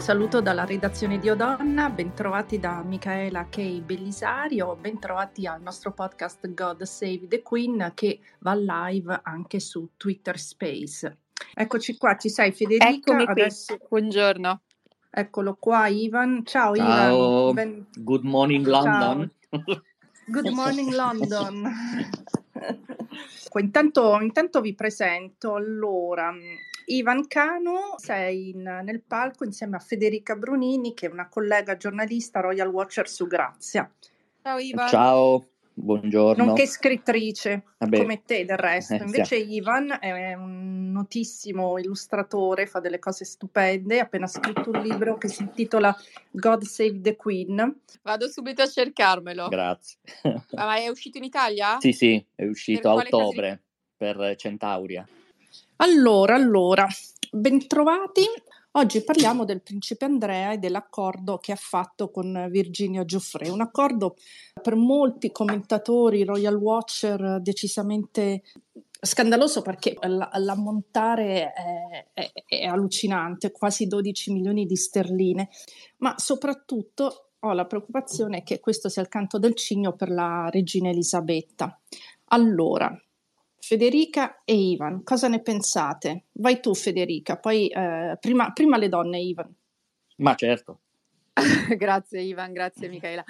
saluto dalla redazione di Odonna, bentrovati da Micaela K. Bellisario, bentrovati al nostro podcast God Save the Queen che va live anche su Twitter Space. Eccoci qua, ci sei Federica? Eccomi qui, Adesso... buongiorno. Eccolo qua Ivan, ciao Ciao, Ivan. good morning London. Ciao. Good morning London. Intanto vi presento, allora, Ivan Cano, sei nel palco insieme a Federica Brunini, che è una collega giornalista Royal Watcher su Grazia. Ciao Ivan. Ciao, buongiorno. Nonché scrittrice, come te del resto. Invece sì. Ivan è un notissimo illustratore, fa delle cose stupende, ha appena scritto un libro che si intitola God Save the Queen. Vado subito a cercarmelo. Grazie. Ma è uscito in Italia? Sì, è uscito a ottobre per Centauria. Allora, bentrovati. Oggi parliamo del principe Andrea e dell'accordo che ha fatto con Virginia Giuffre, un accordo per molti commentatori Royal Watcher decisamente scandaloso perché l'ammontare è allucinante, quasi 12 milioni di sterline, ma soprattutto ho la preoccupazione che questo sia il canto del cigno per la regina Elisabetta. Allora, Federica e Ivan, cosa ne pensate? Vai tu Federica, poi prima le donne Ivan. Ma certo. Grazie Ivan, grazie Micaela.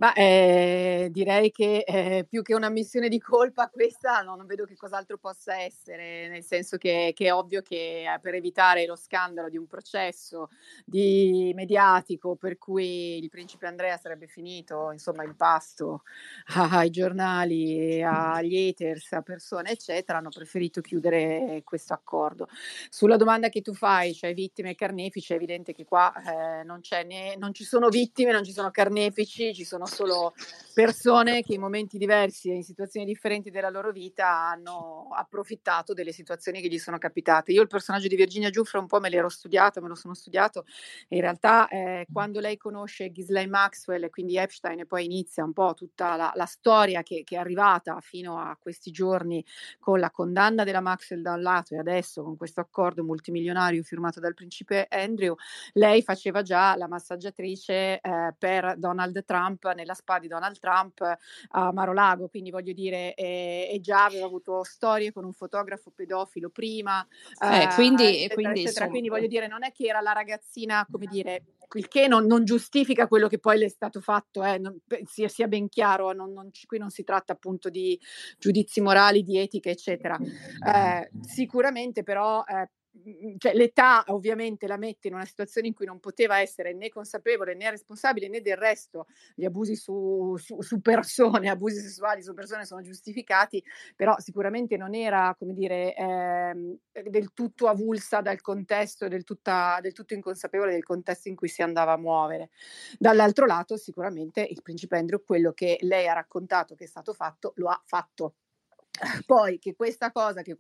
Direi che più che una missione di colpa questa non vedo che cos'altro possa essere, nel senso che è ovvio che per evitare lo scandalo di un processo mediatico per cui il principe Andrea sarebbe finito insomma in pasto ai giornali, agli haters, a persone eccetera, hanno preferito chiudere questo accordo. Sulla domanda che tu fai, cioè vittime e carnefici, è evidente che qua non ci sono vittime, non ci sono carnefici, ci sono solo persone che in momenti diversi e in situazioni differenti della loro vita hanno approfittato delle situazioni che gli sono capitate. Io il personaggio di Virginia Giuffre un po' me lo sono studiato e in realtà quando lei conosce Ghislaine Maxwell e quindi Epstein e poi inizia un po' tutta la storia che è arrivata fino a questi giorni con la condanna della Maxwell da un lato e adesso con questo accordo multimilionario firmato dal principe Andrew, lei faceva già la massaggiatrice per Donald Trump nella spa di Donald Trump a Mar-a-Lago, quindi voglio dire e già aveva avuto storie con un fotografo pedofilo prima, quindi eccetera. Quindi voglio dire non è che era la ragazzina, come dire, il che non giustifica quello che poi le è stato fatto, sia ben chiaro, qui non si tratta appunto di giudizi morali, di etica eccetera, sicuramente però cioè l'età ovviamente la mette in una situazione in cui non poteva essere né consapevole né responsabile né del resto gli abusi su persone, abusi sessuali su persone sono giustificati, però sicuramente non era, come dire, del tutto avulsa dal contesto e del tutto inconsapevole del contesto in cui si andava a muovere. Dall'altro lato sicuramente il principe Andrew quello che lei ha raccontato che è stato fatto lo ha fatto. Poi che questa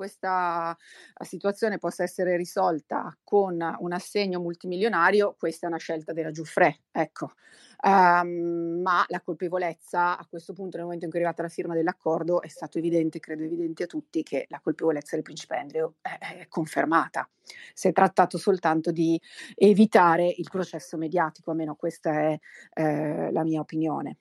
situazione possa essere risolta con un assegno multimilionario, questa è una scelta della Giuffre, ecco. Ma la colpevolezza a questo punto, nel momento in cui è arrivata la firma dell'accordo, è stato evidente, credo evidente a tutti, che la colpevolezza del principe Andrew è confermata. Si è trattato soltanto di evitare il processo mediatico, almeno questa è la mia opinione.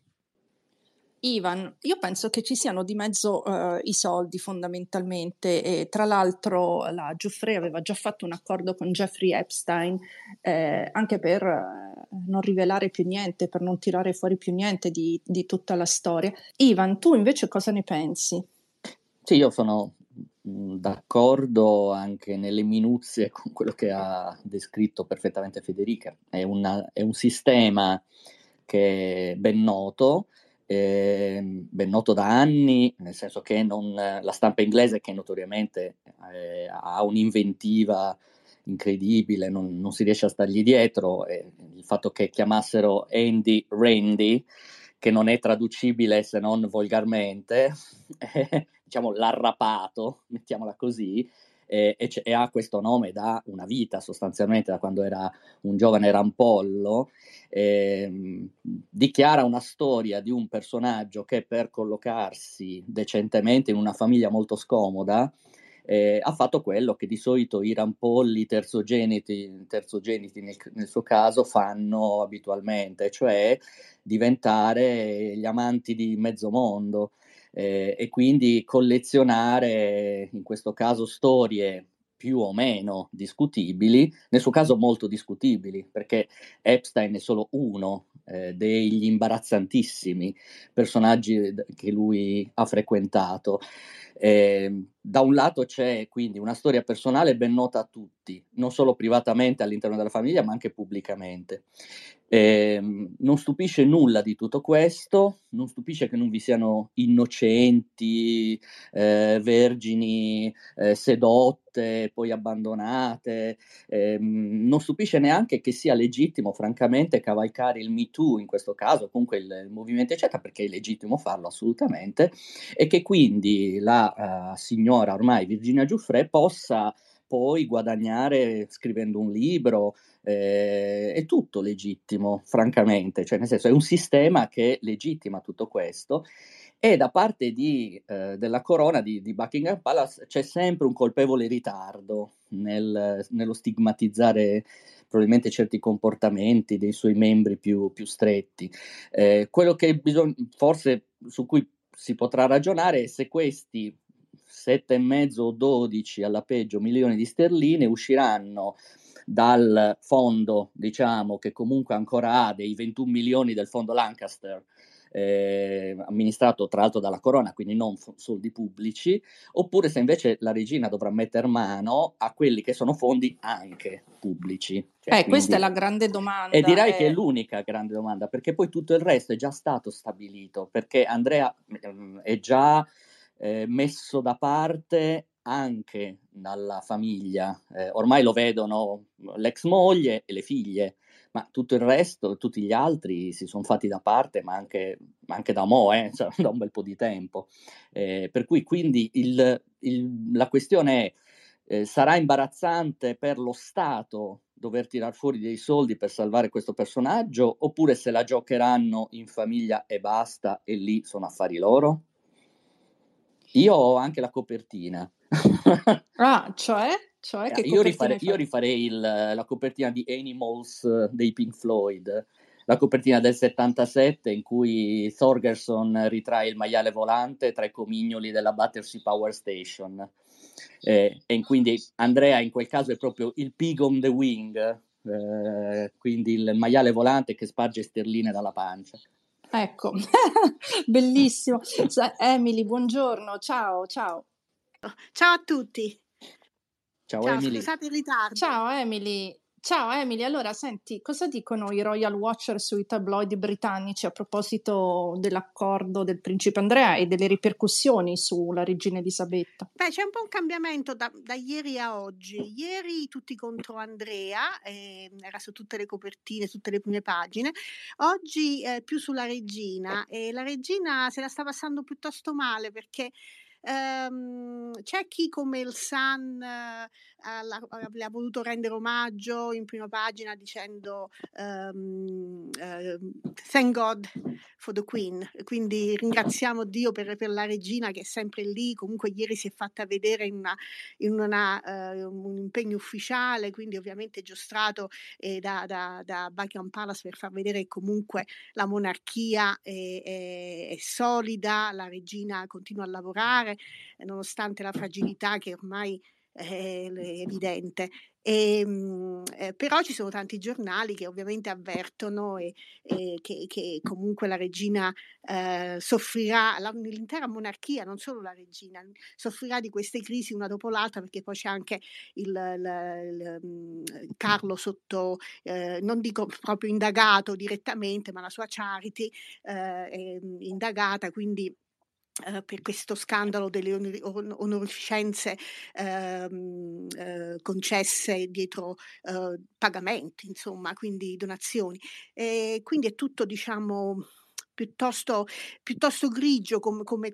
Ivan, io penso che ci siano di mezzo i soldi fondamentalmente e tra l'altro la Giuffre aveva già fatto un accordo con Jeffrey Epstein anche per non rivelare più niente, per non tirare fuori più niente di tutta la storia. Ivan, tu invece cosa ne pensi? Sì, io sono d'accordo anche nelle minuzie con quello che ha descritto perfettamente Federica. È un sistema che è ben noto da anni, nel senso che la stampa inglese, che notoriamente ha un'inventiva incredibile, non si riesce a stargli dietro, il fatto che chiamassero Andy Randy, che non è traducibile se non volgarmente, diciamo l'arrapato, mettiamola così, e ha questo nome da una vita sostanzialmente, da quando era un giovane rampollo, dichiara una storia di un personaggio che per collocarsi decentemente in una famiglia molto scomoda ha fatto quello che di solito i rampolli terzogeniti nel suo caso fanno abitualmente, cioè diventare gli amanti di mezzo mondo, e quindi collezionare, in questo caso, storie più o meno discutibili, nel suo caso molto discutibili, perché Epstein è solo uno degli imbarazzantissimi personaggi che lui ha frequentato. Da un lato c'è quindi una storia personale ben nota a tutti, non solo privatamente all'interno della famiglia, ma anche pubblicamente. Non stupisce nulla di tutto questo, non stupisce che non vi siano innocenti, vergini sedotte, poi abbandonate, non stupisce neanche che sia legittimo, francamente, cavalcare il Me Too in questo caso, comunque il movimento eccetera, perché è legittimo farlo assolutamente, e che quindi la signora ormai Virginia Giuffre possa poi guadagnare scrivendo un libro. È tutto legittimo, francamente, cioè nel senso è un sistema che legittima tutto questo, e da parte della corona di Buckingham Palace c'è sempre un colpevole ritardo nello stigmatizzare probabilmente certi comportamenti dei suoi membri più stretti. Quello che forse su cui si potrà ragionare è se questi 7,5 o 12 alla peggio milioni di sterline usciranno dal fondo, diciamo, che comunque ancora ha dei 21 milioni del fondo Lancaster, amministrato tra l'altro dalla corona, quindi non soldi pubblici, oppure se invece la regina dovrà mettere mano a quelli che sono fondi anche pubblici. Cioè, questa è la grande domanda. E direi che è l'unica grande domanda, perché poi tutto il resto è già stato stabilito, perché Andrea è già messo da parte anche dalla famiglia, ormai lo vedono l'ex moglie e le figlie, ma tutto il resto, tutti gli altri si sono fatti da parte, ma anche da cioè, da un bel po' di tempo. Per cui quindi la questione è, sarà imbarazzante per lo Stato dover tirar fuori dei soldi per salvare questo personaggio, oppure se la giocheranno in famiglia e basta, e lì sono affari loro? Io ho anche la copertina. Cioè che io rifarei la copertina di Animals dei Pink Floyd, la copertina del 77 in cui Thorgerson ritrae il maiale volante tra i comignoli della Battersea Power Station, e quindi Andrea in quel caso è proprio il pig on the wing, quindi il maiale volante che sparge sterline dalla pancia. Ecco, bellissimo. Emily, buongiorno, ciao. Ciao a tutti. Ciao Emily. Scusate il ritardo. Ciao Emily, allora senti, cosa dicono i Royal Watcher sui tabloid britannici a proposito dell'accordo del principe Andrea e delle ripercussioni sulla regina Elisabetta? Beh, c'è un po' un cambiamento da ieri a oggi. Ieri tutti contro Andrea, era su tutte le copertine, tutte le prime pagine. Oggi più sulla regina, e la regina se la sta passando piuttosto male perché c'è chi come il Sun le ha voluto rendere omaggio in prima pagina dicendo thank God for the Queen, quindi ringraziamo Dio per la regina che è sempre lì. Comunque ieri si è fatta vedere in un impegno ufficiale, quindi ovviamente giostrato da Buckingham Palace per far vedere che comunque la monarchia è solida, la regina continua a lavorare nonostante la fragilità che ormai è evidente. Però ci sono tanti giornali che ovviamente avvertono che comunque la regina soffrirà, l'intera monarchia, non solo la regina, soffrirà di queste crisi una dopo l'altra, perché poi c'è anche il Carlo sotto, non dico proprio indagato direttamente, ma la sua Charity è indagata, quindi per questo scandalo delle onorificenze concesse dietro pagamenti, insomma, quindi donazioni. Quindi è tutto, diciamo, piuttosto grigio come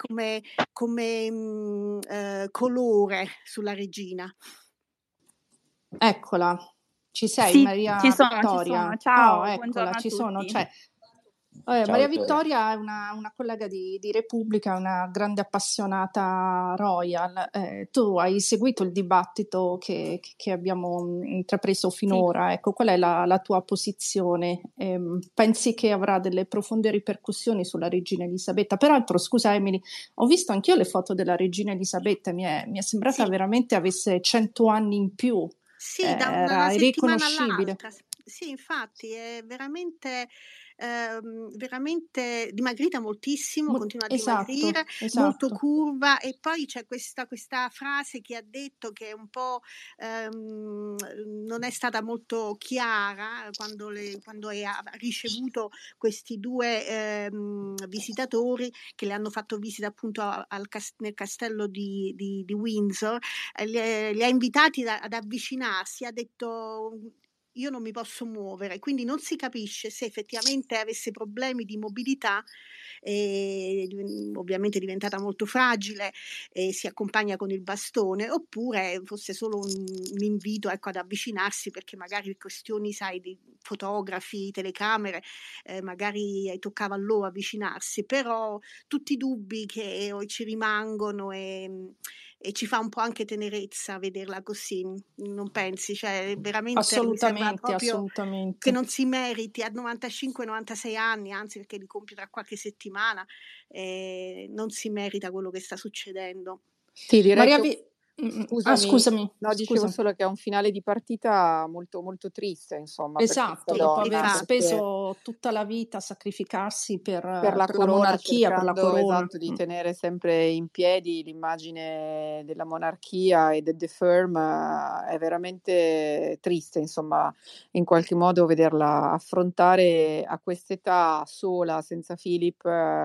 colore sulla regina. Eccola, ci sei, Sì, Maria ci sono. Vittoria? Ciao, eccola, buongiorno a ci sono. tutti. Cioè, Ciao Maria Vittoria. Vittoria è una collega di Repubblica, una grande appassionata royal. Tu hai seguito il dibattito che abbiamo intrapreso Sì. finora. Ecco, qual è la tua posizione? Pensi che avrà delle profonde ripercussioni sulla regina Elisabetta? Peraltro, scusa Emily, ho visto anch'io le foto della regina Elisabetta, mi è sembrata Sì. veramente avesse 100 anni in più. Sì, da una Era settimana irriconoscibile. all'altra. Sì, infatti è veramente dimagrita moltissimo, continua a Esatto, dimagrire, molto esatto. curva, e poi c'è questa frase che ha detto che un po' non è stata molto chiara quando ha ricevuto questi due visitatori che le hanno fatto visita appunto nel castello di Windsor. Li ha invitati ad avvicinarsi, ha detto: io non mi posso muovere, quindi non si capisce se effettivamente avesse problemi di mobilità, ovviamente è diventata molto fragile e si accompagna con il bastone, oppure fosse solo un invito, ecco, ad avvicinarsi, perché magari questioni, sai, di fotografi, telecamere, magari toccava a loro avvicinarsi, però tutti i dubbi che ci rimangono, e ci fa un po' anche tenerezza vederla così, non pensi? Cioè, veramente mi sembra Assolutamente, proprio che assolutamente. non si meriti, a 95-96 anni, anzi perché li compie tra qualche settimana, non si merita quello che sta succedendo. Sì, direi Maria che scusami, scusami, no, dicevo scusa. solo che è un finale di partita molto, molto triste, insomma, per questa Esatto, dopo aver donna, perché speso tutta la vita a sacrificarsi per la per la corona, monarchia, per la cercando, corona. esatto, di tenere sempre in piedi l'immagine della monarchia e The Firm, è veramente triste, insomma, in qualche modo vederla affrontare a quest'età sola, senza Philip,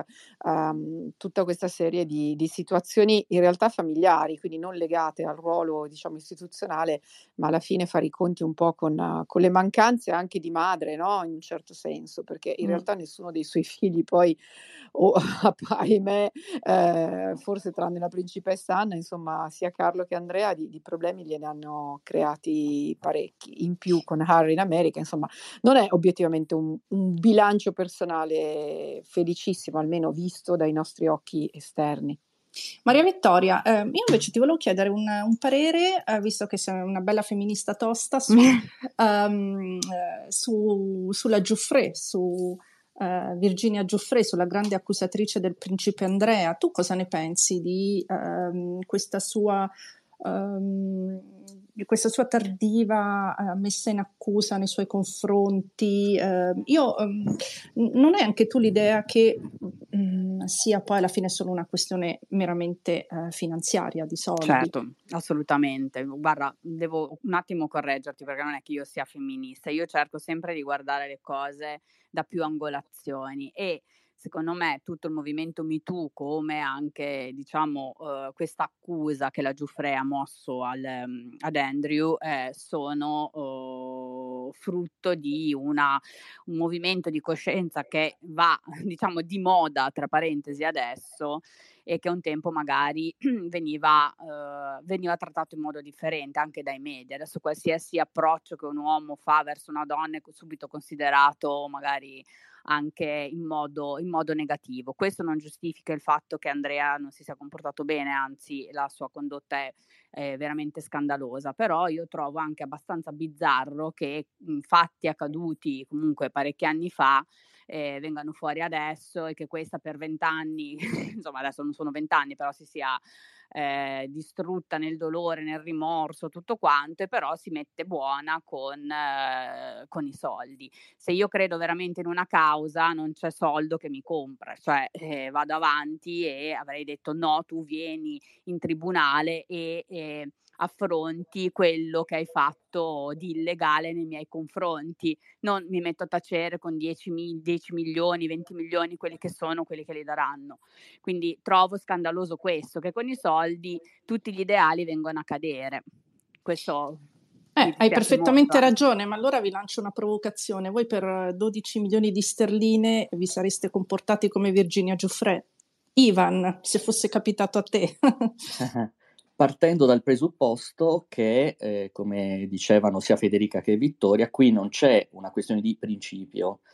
tutta questa serie di situazioni in realtà familiari, quindi non legate al ruolo, diciamo, istituzionale, ma alla fine fare i conti un po' con le mancanze anche di madre, no? In un certo senso, perché in Mm. realtà nessuno dei suoi figli poi, o ahimè, forse tranne la principessa Anna, insomma, sia Carlo che Andrea di problemi gliene hanno creati parecchi. In più con Harry in America, insomma, non è obiettivamente un bilancio personale felicissimo, almeno visto dai nostri occhi esterni. Maria Vittoria, io invece ti volevo chiedere un parere, visto che sei una bella femminista tosta, sulla Giuffre, su Virginia Giuffre, sulla grande accusatrice del principe Andrea. Tu cosa ne pensi di questa sua tardiva messa in accusa nei suoi confronti? Non hai anche tu l'idea che sia poi alla fine solo una questione meramente finanziaria, di soldi? Certo, assolutamente. Guarda, devo un attimo correggerti perché non è che io sia femminista, io cerco sempre di guardare le cose da più angolazioni e secondo me tutto il movimento Me Too, come anche diciamo questa accusa che la Giuffre ha mosso ad Andrew, sono frutto di un movimento di coscienza che va diciamo di moda, tra parentesi, adesso, e che un tempo magari veniva trattato in modo differente anche dai media. Adesso qualsiasi approccio che un uomo fa verso una donna è subito considerato magari anche in modo negativo. Questo non giustifica il fatto che Andrea non si sia comportato bene, anzi la sua condotta è veramente scandalosa, però io trovo anche abbastanza bizzarro che fatti accaduti comunque parecchi anni fa vengano fuori adesso e che questa per 20 anni, insomma adesso non sono 20 anni, però si sia distrutta nel dolore, nel rimorso, tutto quanto, e però si mette buona con i soldi. Se io credo veramente in una causa non c'è soldo che mi compra, cioè vado avanti e avrei detto no, tu vieni in tribunale e affronti quello che hai fatto di illegale nei miei confronti, non mi metto a tacere con 10 milioni, 20 milioni, quelli che li daranno. Quindi trovo scandaloso questo, che con i soldi tutti gli ideali vengono a cadere. Questo hai perfettamente ragione, ma allora vi lancio una provocazione. Voi per 12 milioni di sterline vi sareste comportati come Virginia Giuffre? Ivan, se fosse capitato a te. Partendo dal presupposto che, come dicevano sia Federica che Vittoria, qui non c'è una questione di principio,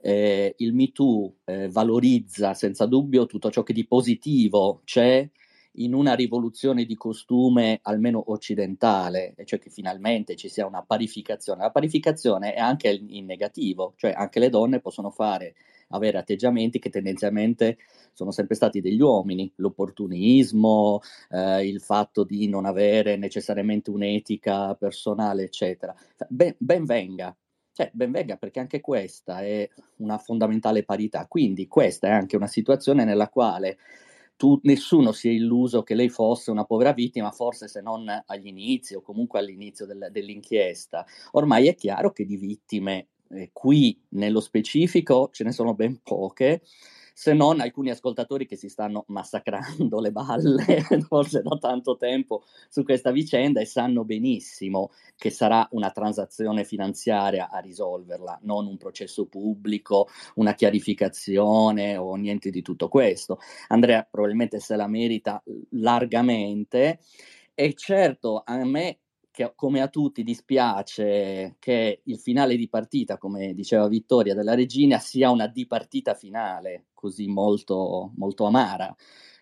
il Me Too valorizza senza dubbio tutto ciò che di positivo c'è in una rivoluzione di costume almeno occidentale, e cioè che finalmente ci sia una parificazione. La parificazione è anche in negativo, cioè anche le donne possono avere atteggiamenti che tendenzialmente sono sempre stati degli uomini, l'opportunismo, il fatto di non avere necessariamente un'etica personale, eccetera. Ben venga. Ben venga, perché anche questa è una fondamentale parità. Quindi questa è anche una situazione nella quale nessuno si è illuso che lei fosse una povera vittima, forse se non agli inizi o comunque all'inizio dell'inchiesta. Ormai è chiaro che di vittime qui nello specifico ce ne sono ben poche, se non alcuni ascoltatori che si stanno massacrando le balle forse da tanto tempo su questa vicenda e sanno benissimo che sarà una transazione finanziaria a risolverla, non un processo pubblico, una chiarificazione o niente di tutto questo. Andrea probabilmente se la merita largamente, e certo a me, che come a tutti dispiace che il finale di partita, come diceva Vittoria della Regina, sia una dipartita finale così molto, molto amara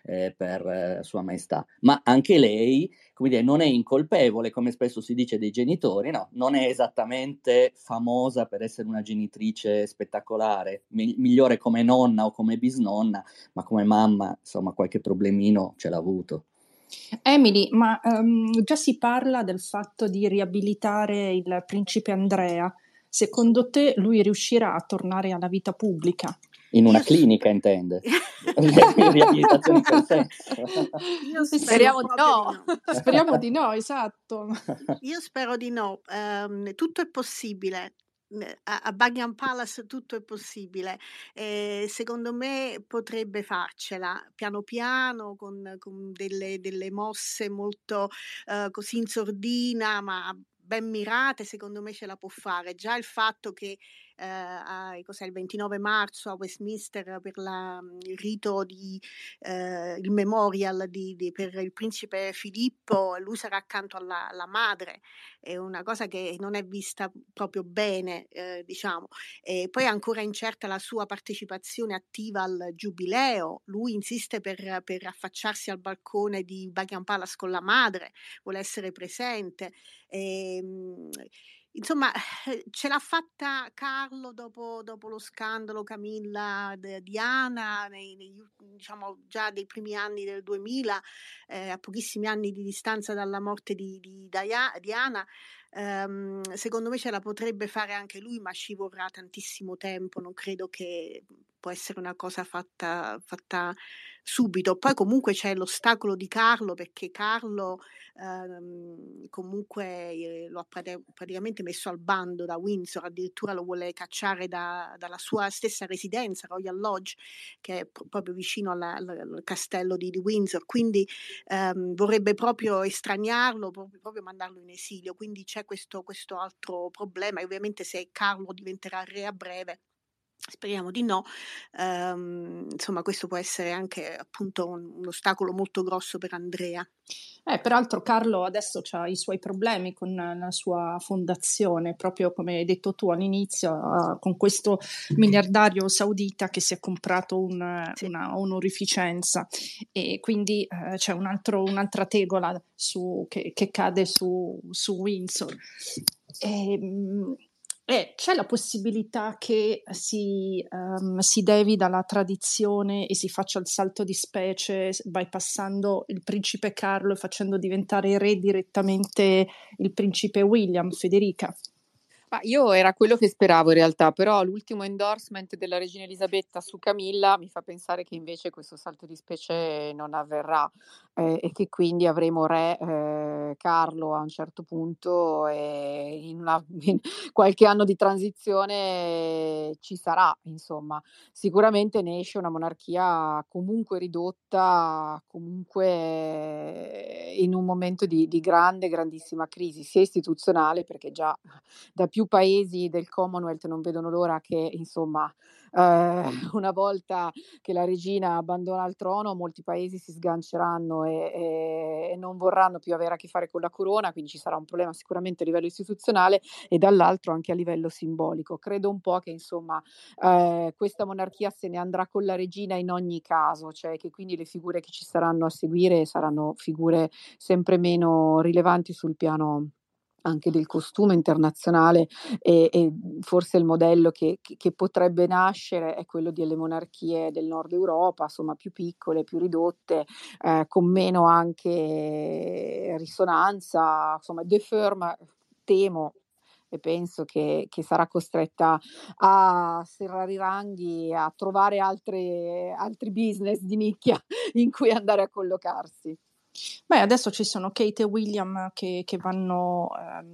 per Sua Maestà, ma anche lei, come dire, non è incolpevole, come spesso si dice dei genitori, no, non è esattamente famosa per essere una genitrice spettacolare, migliore come nonna o come bisnonna, ma come mamma, insomma, qualche problemino ce l'ha avuto. Emily, ma già si parla del fatto di riabilitare il principe Andrea. Secondo te lui riuscirà a tornare alla vita pubblica? In una clinica, intende? Riabilitazione in quel senso. Io Speriamo di proprio no. Speriamo di no, esatto. Io spero di no. Tutto è possibile. A Buckingham Palace tutto è possibile. Secondo me potrebbe farcela piano piano con delle mosse molto così in sordina, ma ben mirate, secondo me ce la può fare. Già il fatto che cos'è, il 29 marzo a Westminster per il rito il memorial per il principe Filippo, lui sarà accanto alla madre, è una cosa che non è vista proprio bene, diciamo. E poi è ancora incerta la sua partecipazione attiva al giubileo, lui insiste per affacciarsi al balcone di Buckingham Palace con la madre, vuole essere presente. Insomma, ce l'ha fatta Carlo dopo lo scandalo Camilla, Diana, diciamo già dei primi anni del 2000, a pochissimi anni di distanza dalla morte di Diana. Secondo me ce la potrebbe fare anche lui, ma ci vorrà tantissimo tempo, non credo che può essere una cosa fatta subito. Poi comunque c'è l'ostacolo di Carlo, perché Carlo comunque lo ha praticamente messo al bando da Windsor, addirittura lo vuole cacciare dalla sua stessa residenza, Royal Lodge, che è proprio vicino al castello di Windsor, quindi vorrebbe proprio estraniarlo, proprio mandarlo in esilio, quindi c'è questo altro problema, e ovviamente se Carlo diventerà re a breve, speriamo di no, insomma questo può essere anche appunto un ostacolo molto grosso per Andrea. Peraltro Carlo adesso ha i suoi problemi con la sua fondazione, proprio come hai detto tu all'inizio, con questo miliardario saudita che si è comprato un'onorificenza, e quindi c'è un'altra tegola che cade su Windsor. C'è la possibilità che si devi dalla tradizione e si faccia il salto di specie, bypassando il principe Carlo e facendo diventare re direttamente il principe William, Federica? Ma io era quello che speravo in realtà, però l'ultimo endorsement della regina Elisabetta su Camilla mi fa pensare che invece questo salto di specie non avverrà, e che quindi avremo re Carlo a un certo punto, e in qualche anno di transizione ci sarà, insomma. Sicuramente ne esce una monarchia comunque ridotta, comunque in un momento di grandissima crisi, sia istituzionale, perché già da più più paesi del Commonwealth non vedono l'ora che, insomma, una volta che la regina abbandona il trono, molti paesi si sganceranno e non vorranno più avere a che fare con la corona, quindi ci sarà un problema sicuramente a livello istituzionale e dall'altro anche a livello simbolico. Credo un po' che, insomma, questa monarchia se ne andrà con la regina in ogni caso, cioè che quindi le figure che ci saranno a seguire saranno figure sempre meno rilevanti sul piano anche del costume internazionale e forse il modello che potrebbe nascere è quello delle monarchie del nord Europa, insomma più piccole, più ridotte, con meno anche risonanza, insomma De Firm temo e penso che sarà costretta a serrare i ranghi, a trovare altri business di nicchia in cui andare a collocarsi. Beh, adesso ci sono Kate e William che vanno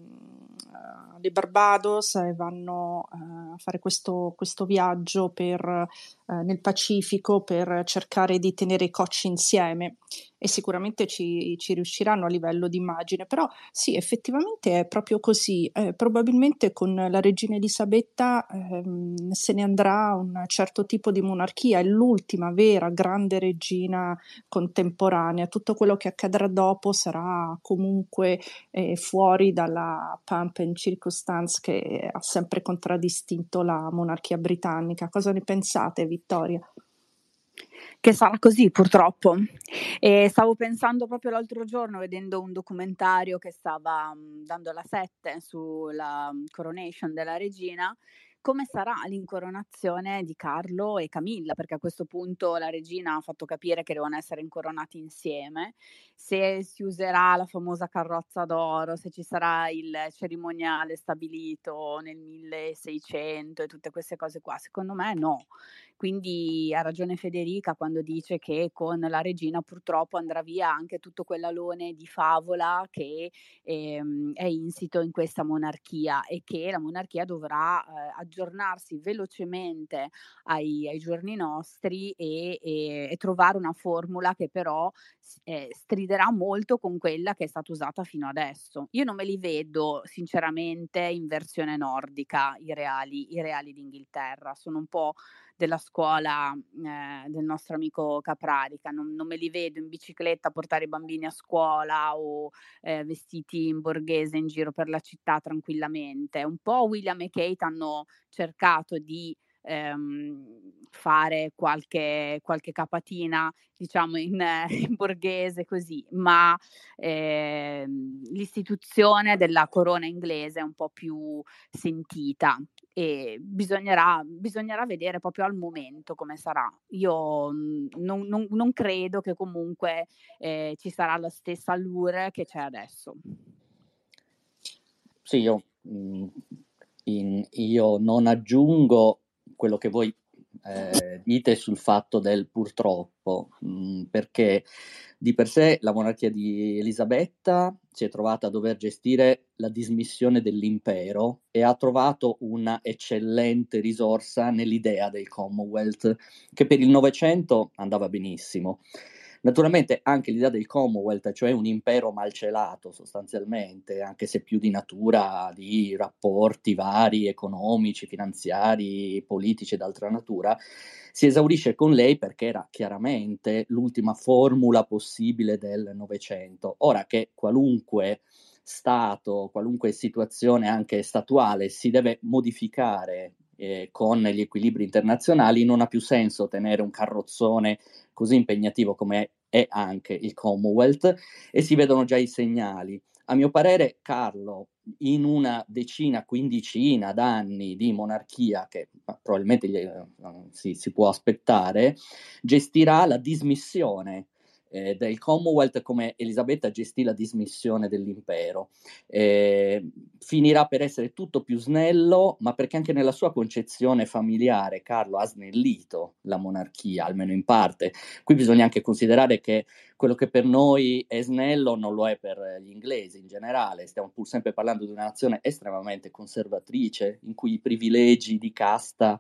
alle Barbados e vanno a fare questo viaggio nel Pacifico per cercare di tenere i cocci insieme e sicuramente ci riusciranno a livello di immagine, però sì, effettivamente è proprio così. Probabilmente con la regina Elisabetta se ne andrà un certo tipo di monarchia, è l'ultima vera grande regina contemporanea. Tutto quello che accadrà dopo sarà comunque fuori dalla pomp and circumstance che ha sempre contraddistinto la monarchia britannica. Cosa ne pensate, Vittoria? Che sarà così purtroppo. E stavo pensando proprio l'altro giorno vedendo un documentario che stava dando la 7 sulla coronation della regina, come sarà l'incoronazione di Carlo e Camilla, perché a questo punto la regina ha fatto capire che devono essere incoronati insieme, se si userà la famosa carrozza d'oro, se ci sarà il cerimoniale stabilito nel 1600 e tutte queste cose qua. Secondo me no. Quindi ha ragione Federica quando dice che con la regina purtroppo andrà via anche tutto quell'alone di favola che è insito in questa monarchia e che la monarchia dovrà aggiornarsi velocemente ai giorni nostri e trovare una formula che però striderà molto con quella che è stata usata fino adesso. Io non me li vedo sinceramente in versione nordica i reali d'Inghilterra, sono un po' della scuola del nostro amico Caprarica, non me li vedo in bicicletta a portare i bambini a scuola o vestiti in borghese in giro per la città tranquillamente. Un po' William e Kate hanno cercato di fare qualche capatina diciamo in borghese così, ma l'istituzione della corona inglese è un po' più sentita e bisognerà vedere proprio al momento come sarà. Io non credo che comunque ci sarà la stessa allure che c'è adesso. Sì, io non aggiungo quello che voi dite sul fatto del purtroppo, perché di per sé la monarchia di Elisabetta si è trovata a dover gestire la dismissione dell'impero e ha trovato una eccellente risorsa nell'idea del Commonwealth, che per il Novecento andava benissimo. Naturalmente anche l'idea del Commonwealth, cioè un impero malcelato sostanzialmente, anche se più di natura di rapporti vari, economici, finanziari, politici e d'altra natura, si esaurisce con lei perché era chiaramente l'ultima formula possibile del Novecento. Ora che qualunque Stato, qualunque situazione anche statuale si deve modificare con gli equilibri internazionali, non ha più senso tenere un carrozzone così impegnativo come è anche il Commonwealth e si vedono già i segnali. A mio parere, Carlo, in una decina, quindicina d'anni di monarchia, che probabilmente si può aspettare, gestirà la dismissione del Commonwealth come Elisabetta gestì la dismissione dell'impero. Finirà per essere tutto più snello, ma perché anche nella sua concezione familiare Carlo ha snellito la monarchia, almeno in parte. Qui bisogna anche considerare che quello che per noi è snello non lo è per gli inglesi in generale. Stiamo pur sempre parlando di una nazione estremamente conservatrice, in cui i privilegi di casta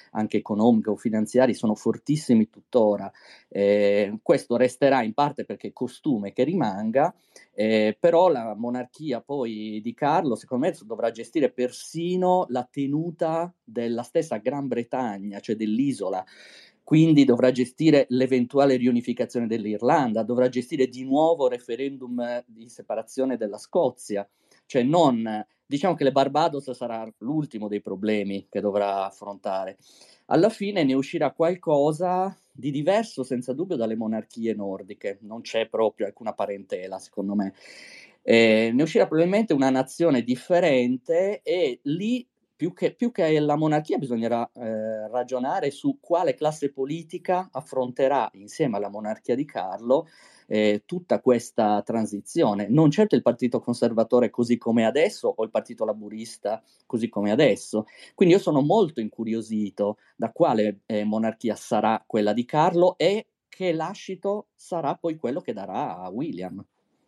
anche economico-finanziari sono fortissimi tuttora. Questo resterà in parte perché è costume che rimanga, però la monarchia poi di Carlo, secondo me, dovrà gestire persino la tenuta della stessa Gran Bretagna, cioè dell'isola. Quindi dovrà gestire l'eventuale riunificazione dell'Irlanda, dovrà gestire di nuovo referendum di separazione della Scozia, cioè non, diciamo che le Barbados sarà l'ultimo dei problemi che dovrà affrontare. Alla fine ne uscirà qualcosa di diverso senza dubbio dalle monarchie nordiche, non c'è proprio alcuna parentela secondo me. Ne uscirà probabilmente una nazione differente e lì più che la monarchia bisognerà ragionare su quale classe politica affronterà insieme alla monarchia di Carlo tutta questa transizione. Non certo il partito conservatore così come adesso o il partito laburista così come adesso. Quindi io sono molto incuriosito da quale monarchia sarà quella di Carlo e che lascito sarà poi quello che darà a William.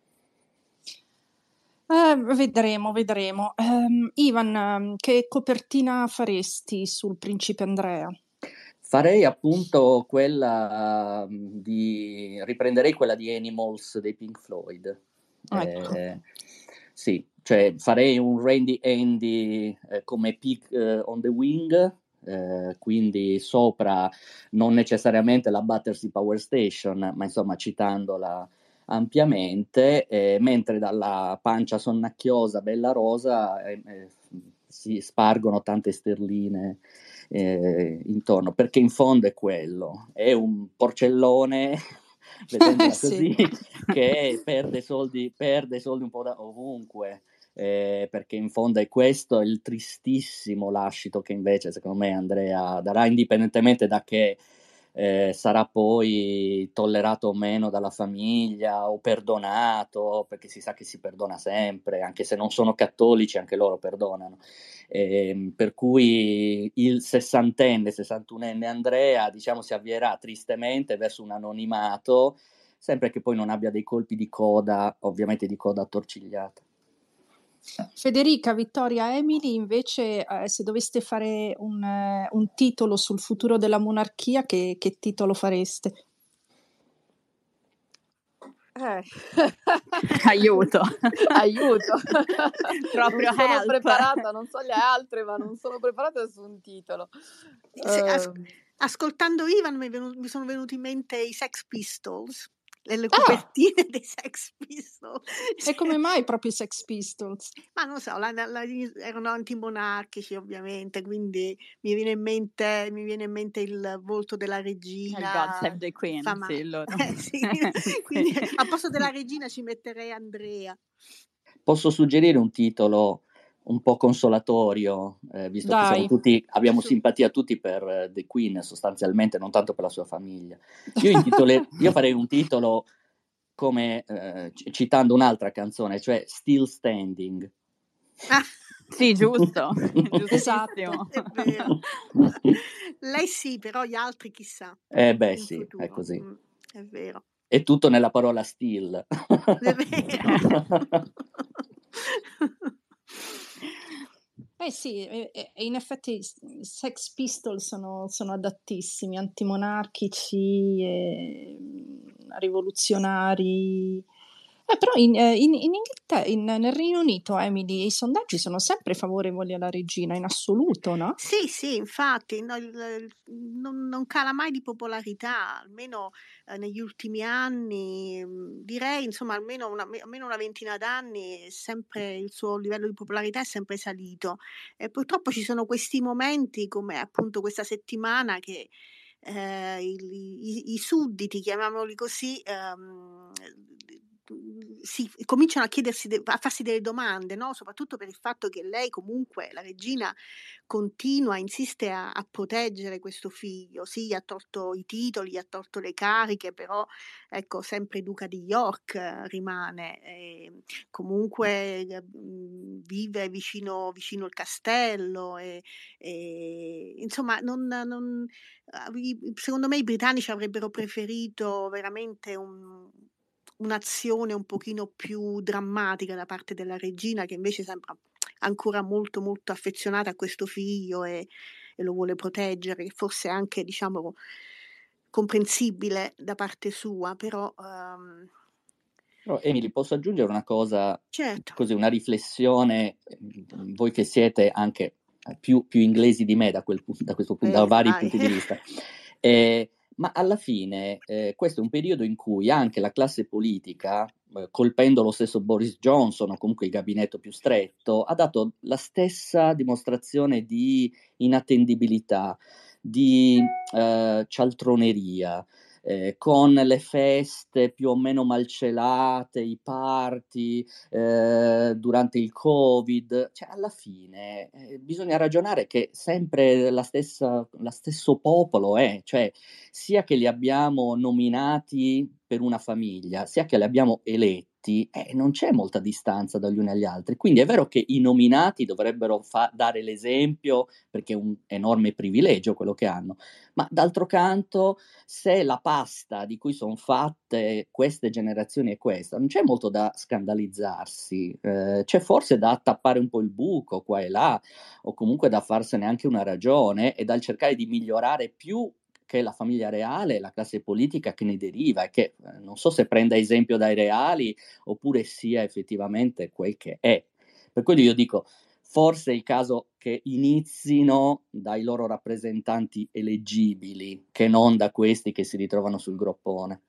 Vedremo, vedremo. Ivan, che copertina faresti sul Principe Andrea? Farei appunto quella riprenderei quella di Animals dei Pink Floyd. Ecco. Sì, cioè farei un Randy Andy come Pig on the Wing, quindi sopra non necessariamente la Battersea Power Station, ma insomma citandola ampiamente, mentre dalla pancia sonnacchiosa bella rosa si spargono tante sterline intorno, perché in fondo è quello, è un porcellone vedendola così che perde soldi un po' da ovunque, perché in fondo è questo il tristissimo lascito che invece secondo me Andrea darà, indipendentemente da che sarà poi tollerato o meno dalla famiglia o perdonato, perché si sa che si perdona sempre, anche se non sono cattolici, anche loro perdonano. Per cui il 61enne Andrea, diciamo, si avvierà tristemente verso un anonimato, sempre che poi non abbia dei colpi di coda, ovviamente di coda attorcigliata. Federica, Vittoria, Emily, invece, se doveste fare un titolo sul futuro della monarchia, che titolo fareste? Aiuto. Aiuto. Proprio non sono help. preparata, non so le altre, ma non sono preparata su un titolo. Ascoltando Ivan mi sono venuti in mente i Sex Pistols, le copertine dei Sex Pistols. E come mai proprio i Sex Pistols? Ma non so, erano antimonarchici ovviamente, quindi mi viene in mente il volto della regina. Il God Save the Queen, sì, loro. Sì. Quindi al posto della regina ci metterei Andrea. Posso suggerire un titolo un po' consolatorio, visto che abbiamo simpatia tutti per The Queen, sostanzialmente, non tanto per la sua famiglia. Io farei un titolo come citando un'altra canzone, cioè Still Standing. Sì, giusto. Esatto. È vero. Lei sì, però gli altri chissà. Beh sì, futuro. È così. È vero. È tutto nella parola still. È vero. Sì, in effetti i Sex Pistols sono adattissimi, antimonarchici, rivoluzionari. Però in Inghilterra, nel Regno Unito, Emily, i sondaggi sono sempre favorevoli alla regina, in assoluto, no? Sì, infatti, no, non cala mai di popolarità, almeno negli ultimi anni, direi, insomma, almeno una ventina d'anni, sempre il suo livello di popolarità è sempre salito. E purtroppo ci sono questi momenti, come appunto questa settimana, che i sudditi, chiamiamoli così, cominciano a farsi delle domande, no? Soprattutto per il fatto che lei comunque, la regina, insiste a proteggere questo figlio. Sì, gli ha tolto i titoli, gli ha tolto le cariche, però ecco, sempre duca di York rimane. Comunque vive vicino il castello insomma secondo me i britannici avrebbero preferito veramente un'azione un pochino più drammatica da parte della regina, che invece sembra ancora molto molto affezionata a questo figlio e lo vuole proteggere, che forse è anche, diciamo, comprensibile da parte sua, però Però, Emily, posso aggiungere una cosa, certo. così, una riflessione, voi che siete anche più inglesi di me da questo punto, da vari Vai. punti di vista. Ma alla fine questo è un periodo in cui anche la classe politica, colpendo lo stesso Boris Johnson o comunque il gabinetto più stretto, ha dato la stessa dimostrazione di inattendibilità, di cialtroneria, con le feste più o meno malcelate, i party durante il Covid. Cioè, alla fine bisogna ragionare che sempre lo stesso popolo è, cioè sia che li abbiamo nominati per una famiglia, sia che li abbiamo eletti, non c'è molta distanza dagli uni agli altri. Quindi è vero che i nominati dovrebbero dare l'esempio, perché è un enorme privilegio quello che hanno, ma d'altro canto, se la pasta di cui sono fatte queste generazioni è questa, non c'è molto da scandalizzarsi, c'è forse da tappare un po' il buco qua e là, o comunque da farsene anche una ragione e dal cercare di migliorare più che la famiglia reale e la classe politica che ne deriva, e che non so se prenda esempio dai reali oppure sia effettivamente quel che è. Per quello io dico, forse è il caso che inizino dai loro rappresentanti eleggibili, che non da questi che si ritrovano sul groppone.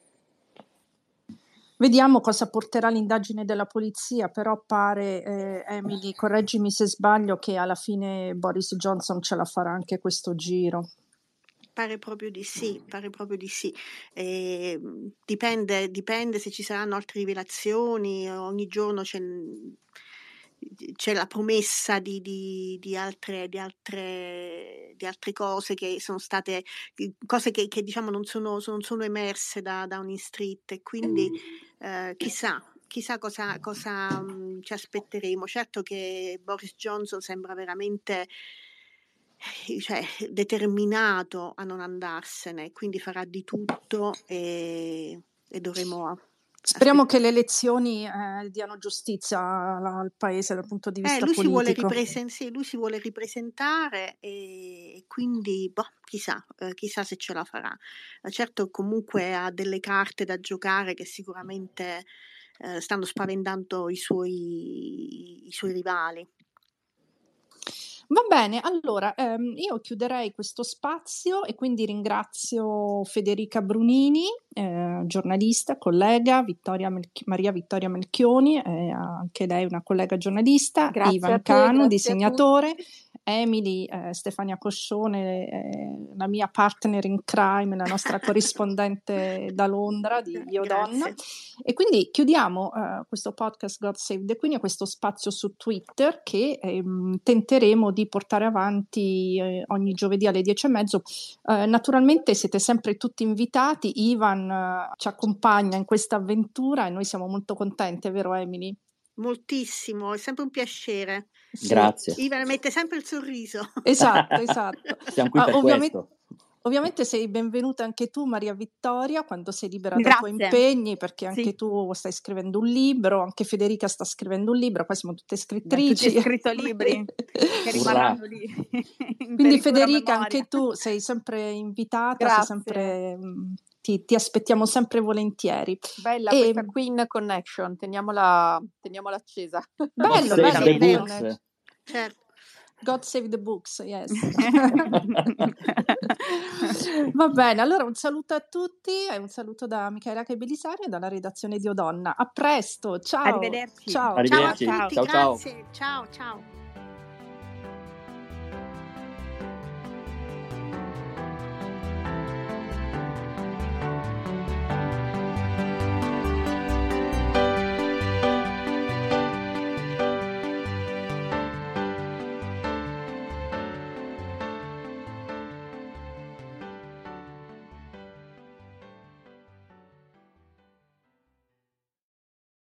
Vediamo cosa porterà l'indagine della polizia, però pare, Emily, correggimi se sbaglio, che alla fine Boris Johnson ce la farà anche questo giro. Pare proprio di sì. Dipende se ci saranno altre rivelazioni. Ogni giorno c'è la promessa di altre cose che sono state, cose che diciamo non sono emerse da Downing Street, e quindi chissà cosa ci aspetteremo. Certo che Boris Johnson sembra veramente determinato a non andarsene, quindi farà di tutto e dovremo Speriamo che le elezioni diano giustizia al paese dal punto di vista lui politico. lui si vuole ripresentare, e quindi chissà se ce la farà. Certo, comunque ha delle carte da giocare che sicuramente stanno spaventando i suoi rivali. Va bene, allora io chiuderei questo spazio e quindi ringrazio Federica Brunini, giornalista, collega, Maria Vittoria Melchioni, anche lei una collega giornalista, Grazie Ivan a te, Canu, grazie a disegnatore, Emily, Stefania Coscione, la mia partner in crime, la nostra corrispondente da Londra di Io Donna. E quindi chiudiamo questo podcast God Save the Queen e questo spazio su Twitter che tenteremo di portare avanti ogni giovedì alle 10:30. Naturalmente siete sempre tutti invitati. Ivan ci accompagna in questa avventura e noi siamo molto contenti, è vero Emily? Moltissimo, è sempre un piacere. Sì. Grazie. Ivan mette sempre il sorriso. Esatto. Siamo qui per questo. Ovviamente sei benvenuta anche tu, Maria Vittoria, quando sei libera dai Grazie. tuoi impegni, perché anche Sì. tu stai scrivendo un libro, anche Federica sta scrivendo un libro, qua siamo tutte scrittrici. Tutti scritto libri che rimarranno lì. Quindi Federica, anche tu sei sempre invitata, sei sempre, ti aspettiamo sempre volentieri. Bella questa Queen Connection, teniamola accesa. Bello, bello. Certo. God save the books, yes. Va bene, allora un saluto a tutti e un saluto da Michaela Belisario e dalla redazione di Io Donna. A presto, ciao. Arrivederci. Ciao. Arrivederci. Ciao a tutti, Ciao. grazie. Ciao.